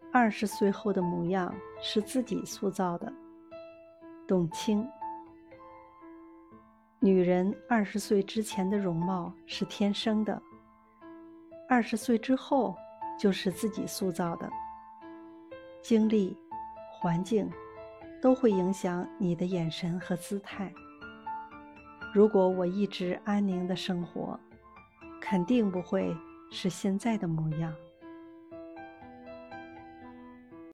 20岁后的模样是自己塑造的。董卿。女人20岁之前的容貌是天生的，20岁之后就是自己塑造的。经历、环境都会影响你的眼神和姿态。如果我一直安宁的生活，肯定不会是现在的模样。